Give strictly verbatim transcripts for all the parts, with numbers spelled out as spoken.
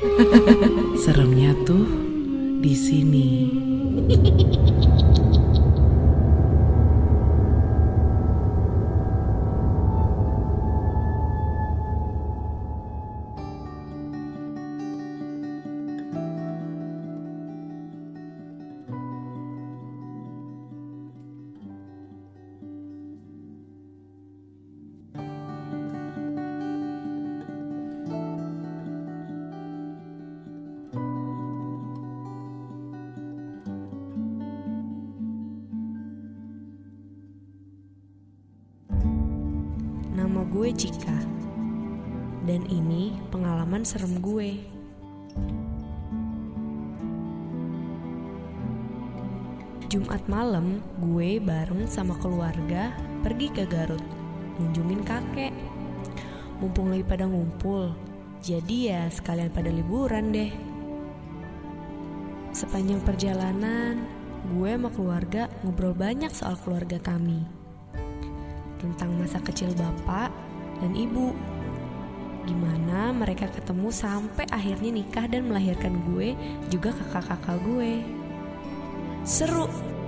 Seremnya tuh di sini. Nama gue Cika, dan ini pengalaman serem gue. Jumat malam, gue bareng sama keluarga pergi ke Garut, ngunjungin kakek. Mumpung lagi pada ngumpul, jadi ya sekalian pada liburan deh. Sepanjang perjalanan, gue sama keluarga ngobrol banyak soal keluarga kami, tentang masa kecil bapak dan ibu. Gimana mereka ketemu sampai akhirnya nikah dan melahirkan gue juga kakak-kakak gue. Seru.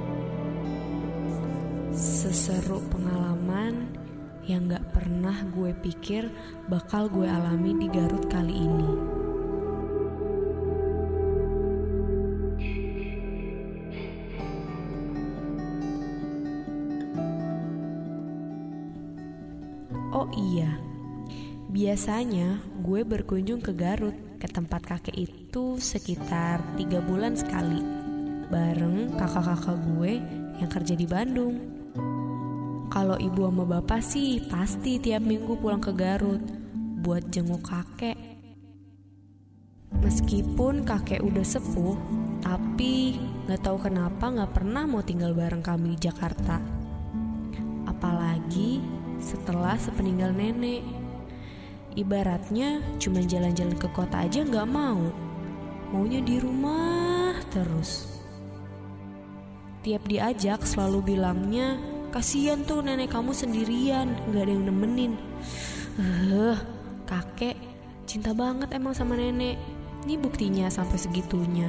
Seseru pengalaman yang gak pernah gue pikir bakal gue alami di Garut kali ini. Oh iya, biasanya gue berkunjung ke Garut, ke tempat kakek itu sekitar tiga bulan sekali, bareng kakak-kakak gue yang kerja di Bandung. Kalau ibu sama bapak sih pasti tiap minggu pulang ke Garut buat jenguk kakek. Meskipun kakek udah sepuh, tapi gak tahu kenapa gak pernah mau tinggal bareng kami di Jakarta. Apalagi setelah sepeninggal nenek. Ibaratnya cuma jalan-jalan ke kota aja gak mau, maunya di rumah terus. Tiap diajak selalu bilangnya, kasian tuh nenek kamu sendirian, gak ada yang nemenin. Eh, kakek cinta banget emang sama nenek. Ini buktinya sampai segitunya.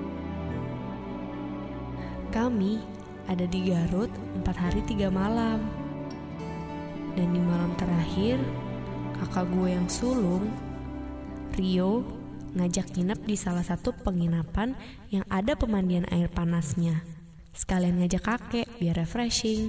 Kami ada di Garut empat hari tiga malam. Dan di malam terakhir, kakak gue yang sulung, Rio, ngajak nginep di salah satu penginapan yang ada pemandian air panasnya. Sekalian ngajak kakek biar refreshing.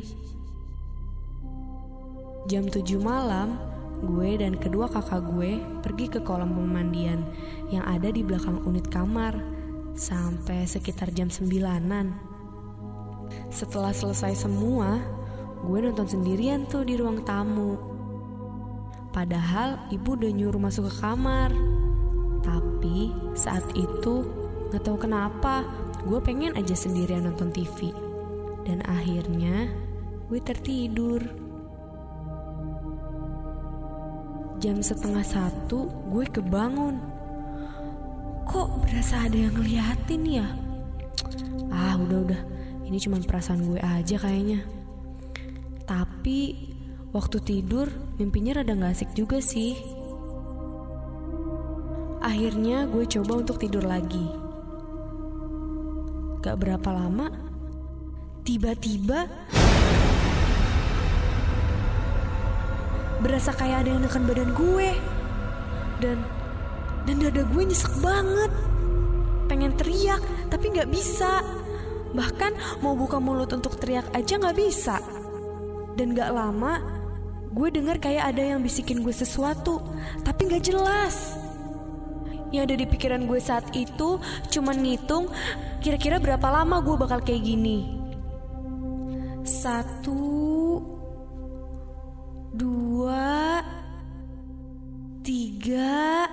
Jam tujuh malam, gue dan kedua kakak gue pergi ke kolam pemandian yang ada di belakang unit kamar sampai sekitar jam sembilanan. Setelah selesai semua, gue nonton sendirian tuh di ruang tamu. Padahal ibu udah nyuruh masuk ke kamar. Tapi saat itu gak tahu kenapa gue pengen aja sendirian nonton T V. Dan akhirnya gue tertidur. Jam setengah satu gue kebangun. Kok berasa ada yang ngeliatin ya? Ah udah-udah, ini cuma perasaan gue aja kayaknya. Tapi waktu tidur mimpinya rada gak asik juga sih. Akhirnya gue coba untuk tidur lagi. Gak berapa lama, tiba-tiba berasa kayak ada yang neken badan gue. Dan dan dada gue nyesek banget. Pengen teriak tapi gak bisa. Bahkan mau buka mulut untuk teriak aja gak bisa. Dan gak lama, gue denger kayak ada yang bisikin gue sesuatu, tapi gak jelas. Yang ada di pikiran gue saat itu cuman ngitung kira-kira berapa lama gue bakal kayak gini. Satu, dua, tiga,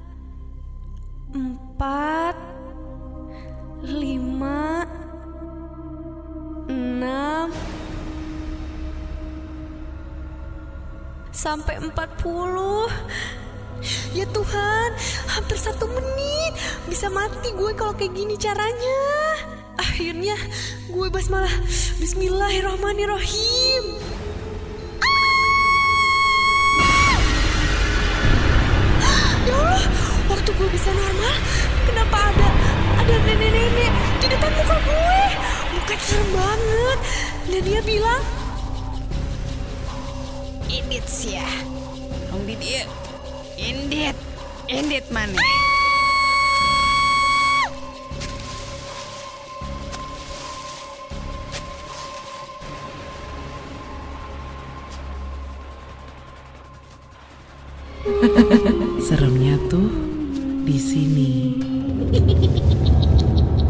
empat, lima, enam, sampai empat puluh. Ya Tuhan, hampir satu menit. Bisa mati gue kalau kayak gini caranya. Akhirnya gue basmalah, bismillahirrahmanirrahim. Ya Allah, waktu gue bisa normal, kenapa ada ada nenek-nenek di depan muka gue? Muka serem banget. Dan dia bilang, Indit sih ya. Om di dia. Indit. Indit mana? Seremnya tuh di sini.